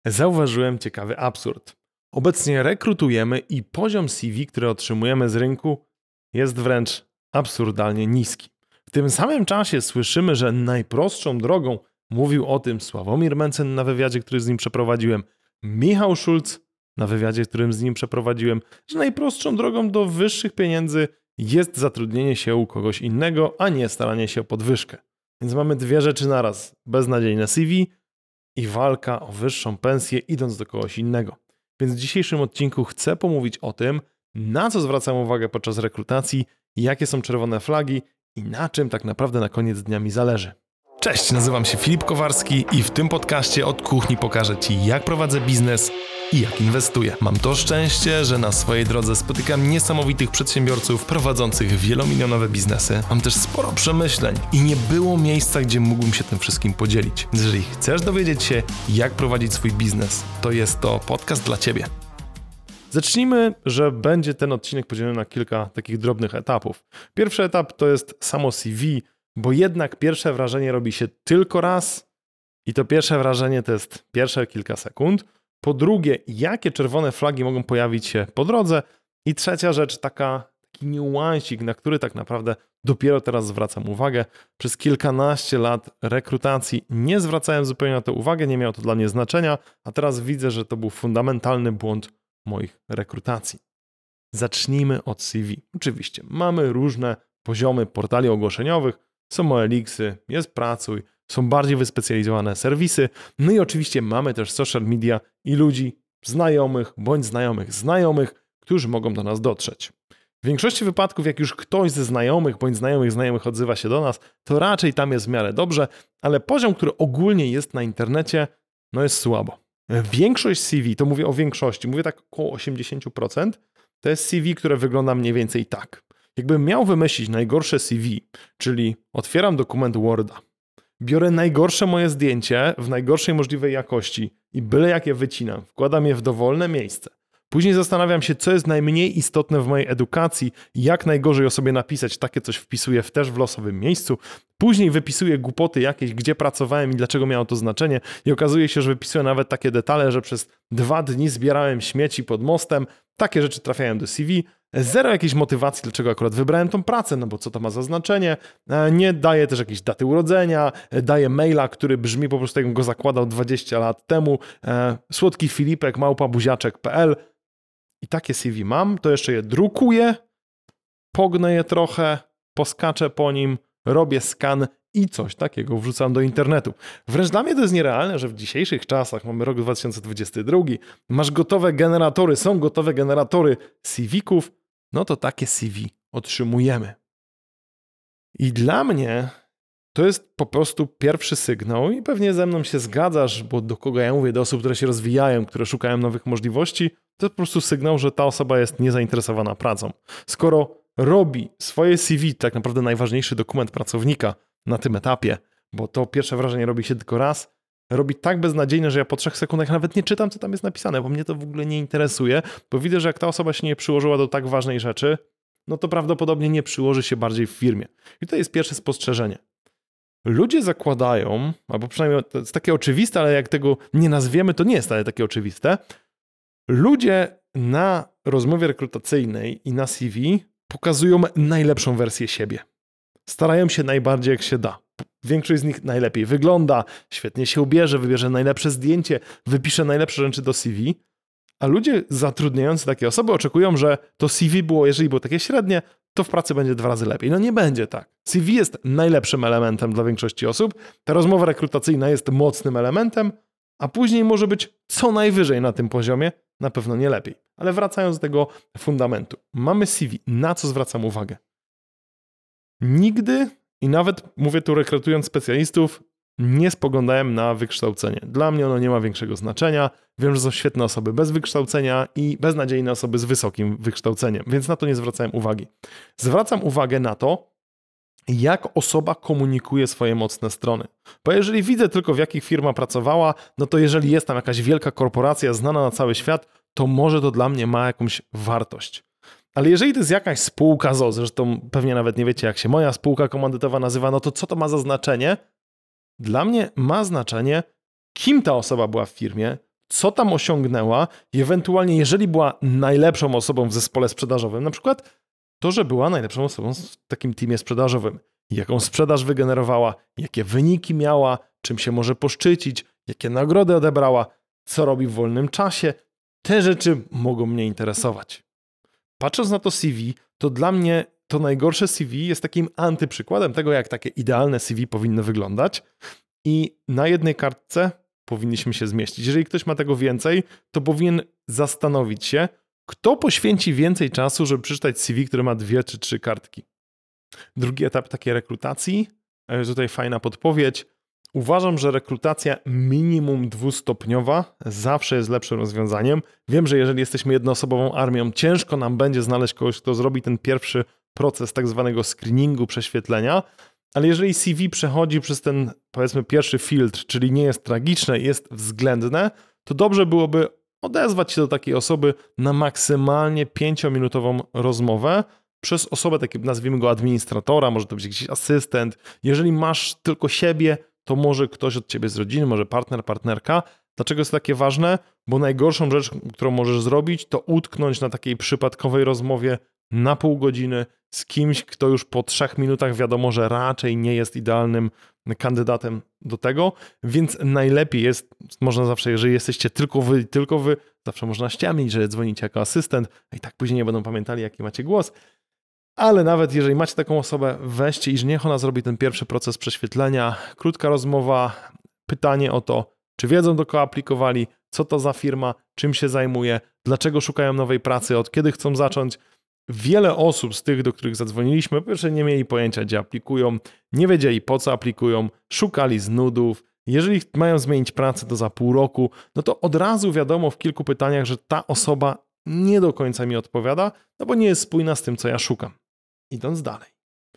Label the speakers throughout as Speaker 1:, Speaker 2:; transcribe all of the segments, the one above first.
Speaker 1: Zauważyłem ciekawy absurd. Obecnie rekrutujemy i poziom CV, który otrzymujemy z rynku, jest wręcz absurdalnie niski. W tym samym czasie słyszymy, że najprostszą drogą, mówił o tym Sławomir Mencen na wywiadzie, który z nim przeprowadziłem, Michał Szulc na wywiadzie, którym z nim przeprowadziłem, że najprostszą drogą do wyższych pieniędzy jest zatrudnienie się u kogoś innego, a nie staranie się o podwyżkę. Więc mamy dwie rzeczy naraz. Beznadziejne CV i walka o wyższą pensję idąc do kogoś innego. Więc w dzisiejszym odcinku chcę pomówić o tym, na co zwracam uwagę podczas rekrutacji, jakie są czerwone flagi i na czym tak naprawdę na koniec dnia mi zależy. Cześć, nazywam się Filip Kowarski i w tym podcaście od kuchni pokażę Ci, jak prowadzę biznes i jak inwestuję. Mam to szczęście, że na swojej drodze spotykam niesamowitych przedsiębiorców prowadzących wielomilionowe biznesy. Mam też sporo przemyśleń i nie było miejsca, gdzie mógłbym się tym wszystkim podzielić. Jeżeli chcesz dowiedzieć się, jak prowadzić swój biznes, to jest to podcast dla Ciebie. Zacznijmy, że będzie ten odcinek podzielony na kilka takich drobnych etapów. Pierwszy etap to jest samo CV, bo jednak pierwsze wrażenie robi się tylko raz i to pierwsze wrażenie to jest pierwsze kilka sekund. Po drugie, jakie czerwone flagi mogą pojawić się po drodze. I trzecia rzecz, taki niuansik, na który tak naprawdę dopiero teraz zwracam uwagę. Przez kilkanaście lat rekrutacji nie zwracałem zupełnie na to uwagę, nie miało to dla mnie znaczenia, a teraz widzę, że to był fundamentalny błąd moich rekrutacji. Zacznijmy od CV. Oczywiście mamy różne poziomy portali ogłoszeniowych, są OLX-y, jest Pracuj, są bardziej wyspecjalizowane serwisy, no i oczywiście mamy też social media i ludzi znajomych bądź znajomych, którzy mogą do nas dotrzeć. W większości wypadków, jak już ktoś ze znajomych bądź znajomych odzywa się do nas, to raczej tam jest w miarę dobrze, ale poziom, który ogólnie jest na internecie, no jest słabo. Większość CV, to mówię o większości, mówię tak około 80%, to jest CV, które wygląda mniej więcej tak. Jakbym miał wymyślić najgorsze CV, czyli otwieram dokument Worda, biorę najgorsze moje zdjęcie w najgorszej możliwej jakości i byle jak je wycinam, wkładam je w dowolne miejsce. Później zastanawiam się, co jest najmniej istotne w mojej edukacji, jak najgorzej o sobie napisać, takie coś wpisuję też w losowym miejscu. Później wypisuję głupoty jakieś, gdzie pracowałem i dlaczego miało to znaczenie i okazuje się, że wypisuję nawet takie detale, że przez 2 dni zbierałem śmieci pod mostem. Takie rzeczy trafiają do CV. Zero jakiejś motywacji, dlaczego akurat wybrałem tą pracę, no bo co to ma za znaczenie. Nie daję też jakiejś daty urodzenia, daję maila, który brzmi po prostu jakbym go zakładał 20 lat temu. słodkifilipek@buziaczek.pl I takie CV mam, to jeszcze je drukuję, pognę je trochę, poskaczę po nim, robię skan i coś takiego wrzucam do internetu. Wręcz dla mnie to jest nierealne, że w dzisiejszych czasach, mamy rok 2022, masz gotowe generatory, są gotowe generatory CV-ków, no to takie CV otrzymujemy. I dla mnie to jest po prostu pierwszy sygnał i pewnie ze mną się zgadzasz, bo do kogo ja mówię, do osób, które się rozwijają, które szukają nowych możliwości, to jest po prostu sygnał, że ta osoba jest niezainteresowana pracą. Skoro robi swoje CV, tak naprawdę najważniejszy dokument pracownika na tym etapie, bo to pierwsze wrażenie robi się tylko raz, robi tak beznadziejne, że ja po 3 sekundach nawet nie czytam, co tam jest napisane, bo mnie to w ogóle nie interesuje, bo widzę, że jak ta osoba się nie przyłożyła do tak ważnej rzeczy, no to prawdopodobnie nie przyłoży się bardziej w firmie. I to jest pierwsze spostrzeżenie. Ludzie zakładają, albo przynajmniej to jest takie oczywiste, ale jak tego nie nazwiemy, to nie jest wcale takie oczywiste. Ludzie na rozmowie rekrutacyjnej i na CV pokazują najlepszą wersję siebie. Starają się najbardziej jak się da. Większość z nich najlepiej wygląda, świetnie się ubierze, wybierze najlepsze zdjęcie, wypisze najlepsze rzeczy do CV, a ludzie zatrudniający takie osoby oczekują, że to CV było, jeżeli było takie średnie, to w pracy będzie 2 razy lepiej. No nie będzie tak. CV jest najlepszym elementem dla większości osób, ta rozmowa rekrutacyjna jest mocnym elementem, a później może być co najwyżej na tym poziomie, na pewno nie lepiej. Ale wracając do tego fundamentu. Mamy CV. Na co zwracam uwagę? Nigdy, i nawet mówię tu rekrutując specjalistów, nie spoglądałem na wykształcenie. Dla mnie ono nie ma większego znaczenia. Wiem, że są świetne osoby bez wykształcenia i beznadziejne osoby z wysokim wykształceniem, więc na to nie zwracałem uwagi. Zwracam uwagę na to, jak osoba komunikuje swoje mocne strony. Bo jeżeli widzę tylko, w jakich firma pracowała, no to jeżeli jest tam jakaś wielka korporacja znana na cały świat, to może to dla mnie ma jakąś wartość. Ale jeżeli to jest jakaś spółka ZOZ, zresztą pewnie nawet nie wiecie, jak się moja spółka komandytowa nazywa, no to co to ma za znaczenie? Dla mnie ma znaczenie, kim ta osoba była w firmie, co tam osiągnęła i ewentualnie jeżeli była najlepszą osobą w zespole sprzedażowym, na przykład to, że była najlepszą osobą w takim teamie sprzedażowym, jaką sprzedaż wygenerowała, jakie wyniki miała, czym się może poszczycić, jakie nagrody odebrała, co robi w wolnym czasie. Te rzeczy mogą mnie interesować. Patrząc na to CV, to dla mnie to najgorsze CV jest takim antyprzykładem tego, jak takie idealne CV powinno wyglądać i na jednej kartce powinniśmy się zmieścić. Jeżeli ktoś ma tego więcej, to powinien zastanowić się, kto poświęci więcej czasu, żeby przeczytać CV, które ma 2 czy 3 kartki. Drugi etap takiej rekrutacji, tutaj fajna podpowiedź. Uważam, że rekrutacja minimum 2-stopniowa zawsze jest lepszym rozwiązaniem. Wiem, że jeżeli jesteśmy jednoosobową armią, ciężko nam będzie znaleźć kogoś, kto zrobi ten pierwszy proces tak zwanego screeningu, prześwietlenia, ale jeżeli CV przechodzi przez ten, powiedzmy, pierwszy filtr, czyli nie jest tragiczne, jest względne, to dobrze byłoby odezwać się do takiej osoby na maksymalnie 5-minutową rozmowę przez osobę, takiego nazwijmy go administratora, może to być jakiś asystent. Jeżeli masz tylko siebie, to może ktoś od ciebie z rodziny, może partner, partnerka. Dlaczego jest to takie ważne? Bo najgorszą rzecz, którą możesz zrobić, to utknąć na takiej przypadkowej rozmowie na pół godziny z kimś, kto już po 3 minutach wiadomo, że raczej nie jest idealnym kandydatem do tego, więc najlepiej jest, można zawsze, jeżeli jesteście tylko wy, zawsze można ściemnić, że dzwonicie jako asystent, a i tak później nie będą pamiętali, jaki macie głos. Ale nawet jeżeli macie taką osobę, weźcie i niech ona zrobi ten pierwszy proces prześwietlenia, krótka rozmowa, pytanie o to, czy wiedzą, do kogo aplikowali, co to za firma, czym się zajmuje, dlaczego szukają nowej pracy, od kiedy chcą zacząć. Wiele osób z tych, do których zadzwoniliśmy, po pierwsze nie mieli pojęcia, gdzie aplikują, nie wiedzieli, po co aplikują, szukali z nudów. Jeżeli mają zmienić pracę, to za pół roku, no to od razu wiadomo w kilku pytaniach, że ta osoba nie do końca mi odpowiada, no bo nie jest spójna z tym, co ja szukam. Idąc dalej.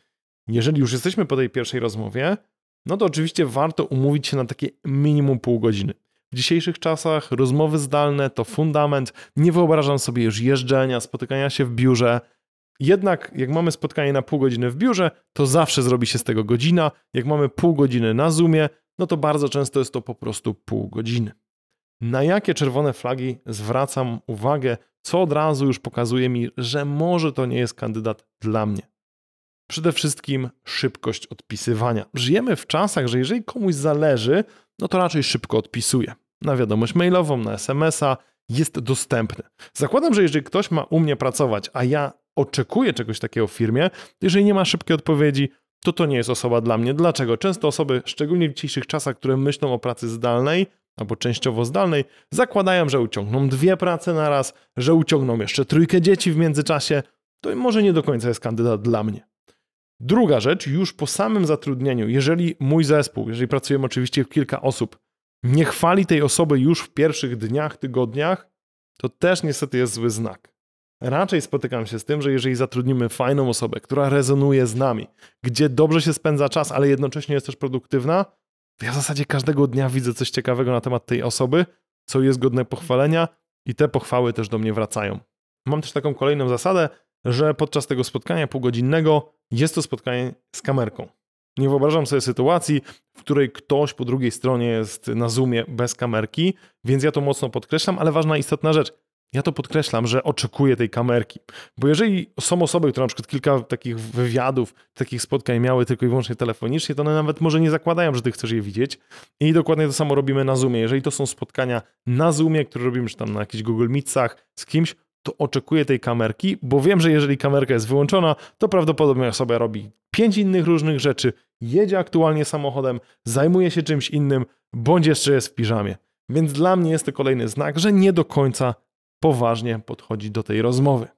Speaker 1: Jeżeli już jesteśmy po tej pierwszej rozmowie, no to oczywiście warto umówić się na takie minimum pół godziny. W dzisiejszych czasach rozmowy zdalne to fundament. Nie wyobrażam sobie już jeżdżenia, spotykania się w biurze. Jednak jak mamy spotkanie na pół godziny w biurze, to zawsze zrobi się z tego godzina. Jak mamy pół godziny na Zoomie, no to bardzo często jest to po prostu pół godziny. Na jakie czerwone flagi zwracam uwagę, co od razu już pokazuje mi, że może to nie jest kandydat dla mnie. Przede wszystkim szybkość odpisywania. Żyjemy w czasach, że jeżeli komuś zależy, no to raczej szybko odpisuje. Na wiadomość mailową, na SMS-a jest dostępny. Zakładam, że jeżeli ktoś ma u mnie pracować, a ja oczekuję czegoś takiego w firmie, to jeżeli nie ma szybkiej odpowiedzi, to nie jest osoba dla mnie. Dlaczego? Często osoby, szczególnie w dzisiejszych czasach, które myślą o pracy zdalnej, albo częściowo zdalnej, zakładają, że uciągną 2 prace na raz, że uciągną jeszcze 3 dzieci w międzyczasie, to może nie do końca jest kandydat dla mnie. Druga rzecz, już po samym zatrudnieniu, jeżeli mój zespół, jeżeli pracujemy oczywiście w kilka osób, nie chwali tej osoby już w pierwszych dniach, tygodniach, to też niestety jest zły znak. Raczej spotykam się z tym, że jeżeli zatrudnimy fajną osobę, która rezonuje z nami, gdzie dobrze się spędza czas, ale jednocześnie jest też produktywna, to ja w zasadzie każdego dnia widzę coś ciekawego na temat tej osoby, co jest godne pochwalenia i te pochwały też do mnie wracają. Mam też taką kolejną zasadę, że podczas tego spotkania półgodzinnego jest to spotkanie z kamerką. Nie wyobrażam sobie sytuacji, w której ktoś po drugiej stronie jest na Zoomie bez kamerki, więc ja to mocno podkreślam, ale ważna, istotna rzecz. Ja to podkreślam, że oczekuję tej kamerki. Bo jeżeli są osoby, które na przykład kilka takich wywiadów, takich spotkań miały tylko i wyłącznie telefonicznie, to one nawet może nie zakładają, że ty chcesz je widzieć. I dokładnie to samo robimy na Zoomie. Jeżeli to są spotkania na Zoomie, które robimy czy tam na jakichś Google Meetsach z kimś, to oczekuję tej kamerki, bo wiem, że jeżeli kamerka jest wyłączona, to prawdopodobnie osoba robi 5 innych różnych rzeczy, jedzie aktualnie samochodem, zajmuje się czymś innym, bądź jeszcze jest w piżamie. Więc dla mnie jest to kolejny znak, że nie do końca poważnie podchodzi do tej rozmowy.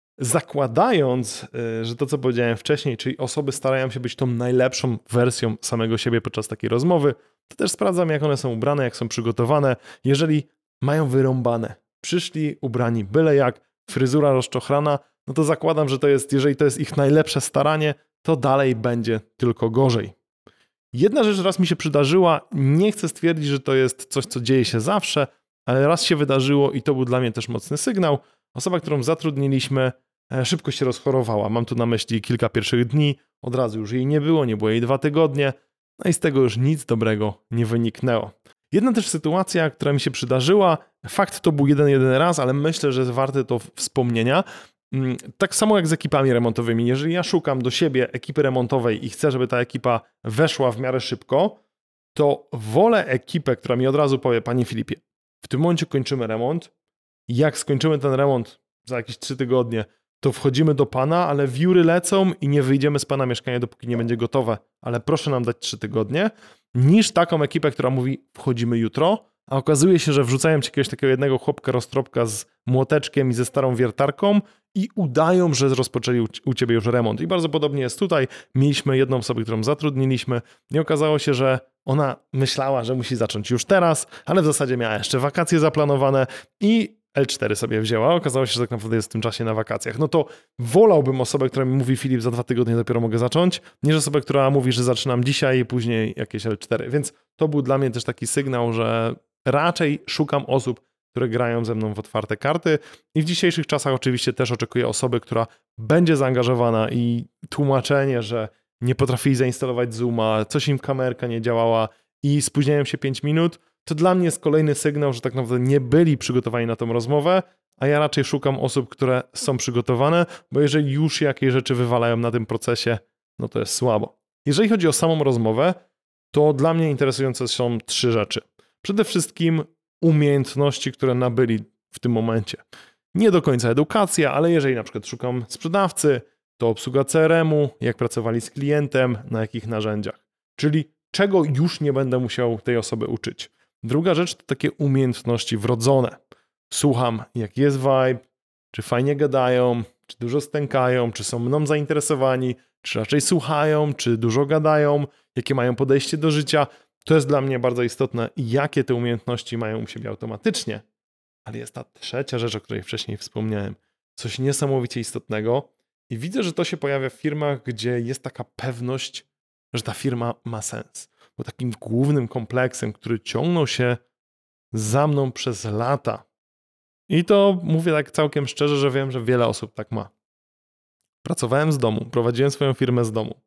Speaker 1: Zakładając, że to, co powiedziałem wcześniej, czyli osoby starają się być tą najlepszą wersją samego siebie podczas takiej rozmowy, to też sprawdzam, jak one są ubrane, jak są przygotowane. Jeżeli mają wyrąbane, przyszli ubrani byle jak, fryzura rozczochrana, no to zakładam, że to jest, jeżeli to jest ich najlepsze staranie, to dalej będzie tylko gorzej. Jedna rzecz raz mi się przydarzyła, nie chcę stwierdzić, że to jest coś, co dzieje się zawsze, ale raz się wydarzyło i to był dla mnie też mocny sygnał. Osoba, którą zatrudniliśmy, szybko się rozchorowała. Mam tu na myśli kilka pierwszych dni, od razu już jej nie było jej 2 tygodnie, no i z tego już nic dobrego nie wyniknęło. Jedna też sytuacja, która mi się przydarzyła, fakt to był jeden raz, ale myślę, że jest warte to wspomnienia. Tak samo jak z ekipami remontowymi. Jeżeli ja szukam do siebie ekipy remontowej i chcę, żeby ta ekipa weszła w miarę szybko, to wolę ekipę, która mi od razu powie: panie Filipie, w tym momencie kończymy remont. Jak skończymy ten remont za jakieś 3 tygodnie, to wchodzimy do pana, ale wióry lecą i nie wyjdziemy z pana mieszkania, dopóki nie będzie gotowe. Ale proszę nam dać 3 tygodnie, niż taką ekipę, która mówi: wchodzimy jutro, a okazuje się, że wrzucają ci jakiegoś takiego jednego chłopka roztropka z młoteczkiem i ze starą wiertarką i udają, że rozpoczęli u ciebie już remont. I bardzo podobnie jest tutaj. Mieliśmy jedną osobę, którą zatrudniliśmy i okazało się, że ona myślała, że musi zacząć już teraz, ale w zasadzie miała jeszcze wakacje zaplanowane i L4 sobie wzięła. Okazało się, że tak naprawdę jest w tym czasie na wakacjach. No to wolałbym osobę, która mi mówi: Filip, za 2 tygodnie dopiero mogę zacząć, niż osobę, która mówi, że zaczynam dzisiaj i później jakieś L4. Więc to był dla mnie też taki sygnał, że raczej szukam osób, które grają ze mną w otwarte karty i w dzisiejszych czasach oczywiście też oczekuję osoby, która będzie zaangażowana i tłumaczenie, że nie potrafili zainstalować Zooma, coś im kamerka nie działała i spóźniają się 5 minut, to dla mnie jest kolejny sygnał, że tak naprawdę nie byli przygotowani na tą rozmowę, a ja raczej szukam osób, które są przygotowane, bo jeżeli już jakieś rzeczy wywalają na tym procesie, no to jest słabo. Jeżeli chodzi o samą rozmowę, to dla mnie interesujące są 3 rzeczy. Przede wszystkim umiejętności, które nabyli w tym momencie. Nie do końca edukacja, ale jeżeli na przykład szukam sprzedawcy, to obsługa CRM-u, jak pracowali z klientem, na jakich narzędziach. Czyli czego już nie będę musiał tej osoby uczyć. Druga rzecz to takie umiejętności wrodzone. Słucham, jaki jest vibe, czy fajnie gadają, czy dużo stękają, czy są mną zainteresowani, czy raczej słuchają, czy dużo gadają, jakie mają podejście do życia. To jest dla mnie bardzo istotne, jakie te umiejętności mają u siebie automatycznie. Ale jest ta trzecia rzecz, o której wcześniej wspomniałem. Coś niesamowicie istotnego i widzę, że to się pojawia w firmach, gdzie jest taka pewność, że ta firma ma sens. Bo takim głównym kompleksem, który ciągnął się za mną przez lata, i to mówię tak całkiem szczerze, że wiem, że wiele osób tak ma. Pracowałem z domu, prowadziłem swoją firmę z domu.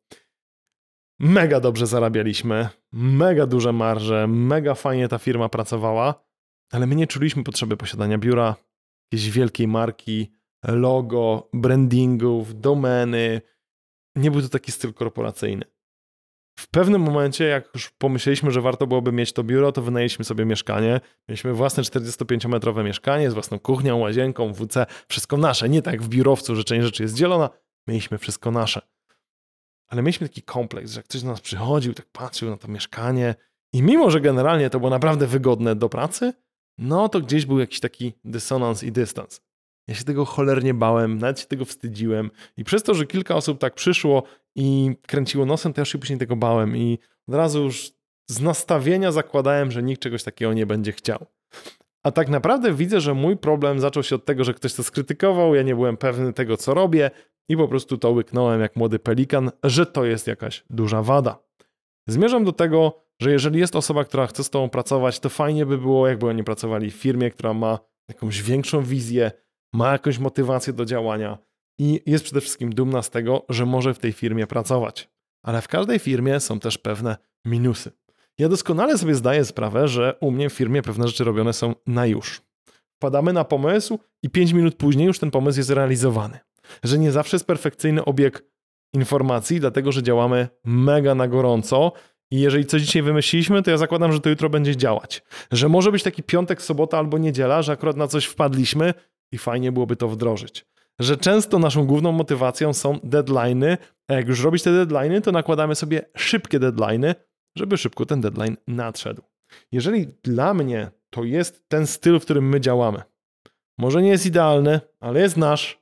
Speaker 1: Mega dobrze zarabialiśmy, mega duże marże, mega fajnie ta firma pracowała, ale my nie czuliśmy potrzeby posiadania biura, jakiejś wielkiej marki, logo, brandingów, domeny. Nie był to taki styl korporacyjny. W pewnym momencie, jak już pomyśleliśmy, że warto byłoby mieć to biuro, to wynajęliśmy sobie mieszkanie. Mieliśmy własne 45-metrowe mieszkanie z własną kuchnią, łazienką, WC, wszystko nasze. Nie tak jak w biurowcu, że część rzeczy jest dzielona. Mieliśmy wszystko nasze. Ale mieliśmy taki kompleks, że jak ktoś do nas przychodził, tak patrzył na to mieszkanie i mimo, że generalnie to było naprawdę wygodne do pracy, no to gdzieś był jakiś taki dysonans i dystans. Ja się tego cholernie bałem, nawet się tego wstydziłem i przez to, że kilka osób tak przyszło i kręciło nosem, to ja się później tego bałem i od razu już z nastawienia zakładałem, że nikt czegoś takiego nie będzie chciał. A tak naprawdę widzę, że mój problem zaczął się od tego, że ktoś to skrytykował, ja nie byłem pewny tego, co robię i po prostu to łyknąłem jak młody pelikan, że to jest jakaś duża wada. Zmierzam do tego, że jeżeli jest osoba, która chce z tobą pracować, to fajnie by było, jakby oni pracowali w firmie, która ma jakąś większą wizję, ma jakąś motywację do działania i jest przede wszystkim dumna z tego, że może w tej firmie pracować. Ale w każdej firmie są też pewne minusy. Ja doskonale sobie zdaję sprawę, że u mnie w firmie pewne rzeczy robione są na już. Wpadamy na pomysł i 5 minut później już ten pomysł jest realizowany. Że nie zawsze jest perfekcyjny obieg informacji, dlatego że działamy mega na gorąco i jeżeli coś dzisiaj wymyśliliśmy, to ja zakładam, że to jutro będzie działać. Że może być taki piątek, sobota albo niedziela, że akurat na coś wpadliśmy i fajnie byłoby to wdrożyć. Że często naszą główną motywacją są deadline'y, a jak już robić te deadline'y, to nakładamy sobie szybkie deadline'y, żeby szybko ten deadline nadszedł. Jeżeli dla mnie to jest ten styl, w którym my działamy, może nie jest idealny, ale jest nasz,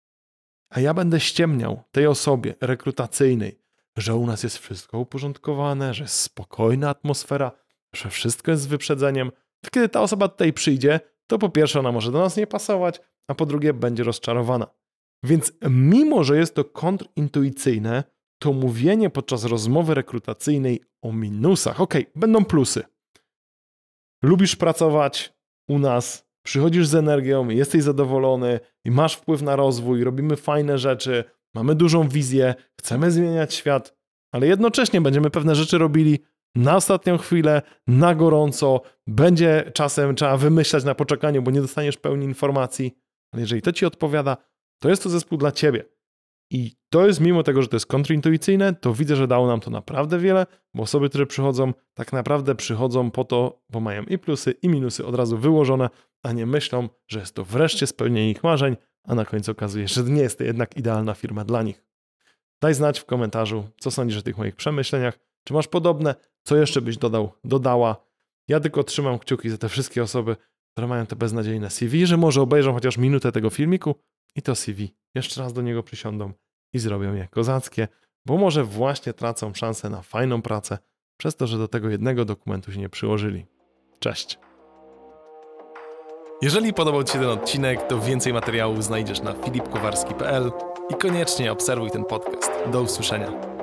Speaker 1: a ja będę ściemniał tej osobie rekrutacyjnej, że u nas jest wszystko uporządkowane, że jest spokojna atmosfera, że wszystko jest z wyprzedzeniem, to kiedy ta osoba tutaj przyjdzie, to po pierwsze ona może do nas nie pasować, a po drugie będzie rozczarowana. Więc mimo, że jest to kontrintuicyjne, to mówienie podczas rozmowy rekrutacyjnej o minusach, będą plusy. Lubisz pracować u nas, przychodzisz z energią, jesteś zadowolony i masz wpływ na rozwój, robimy fajne rzeczy, mamy dużą wizję, chcemy zmieniać świat, ale jednocześnie będziemy pewne rzeczy robili na ostatnią chwilę, na gorąco, będzie czasem trzeba wymyślać na poczekaniu, bo nie dostaniesz pełni informacji, ale jeżeli to ci odpowiada, to jest to zespół dla ciebie. I to jest, mimo tego, że to jest kontrintuicyjne, to widzę, że dało nam to naprawdę wiele, bo osoby, które przychodzą, tak naprawdę przychodzą po to, bo mają i plusy, i minusy od razu wyłożone, a nie myślą, że jest to wreszcie spełnienie ich marzeń, a na końcu okazuje się, że nie jest to jednak idealna firma dla nich. Daj znać w komentarzu, co sądzisz o tych moich przemyśleniach, czy masz podobne, co jeszcze byś dodała. Ja tylko trzymam kciuki za te wszystkie osoby, które mają te beznadziejne CV, że może obejrzą chociaż minutę tego filmiku i to CV jeszcze raz do niego przysiądą i zrobią je kozackie, bo może właśnie tracą szansę na fajną pracę przez to, że do tego jednego dokumentu się nie przyłożyli. Cześć! Jeżeli podobał Ci się ten odcinek, to więcej materiałów znajdziesz na filipkowarski.pl i koniecznie obserwuj ten podcast. Do usłyszenia.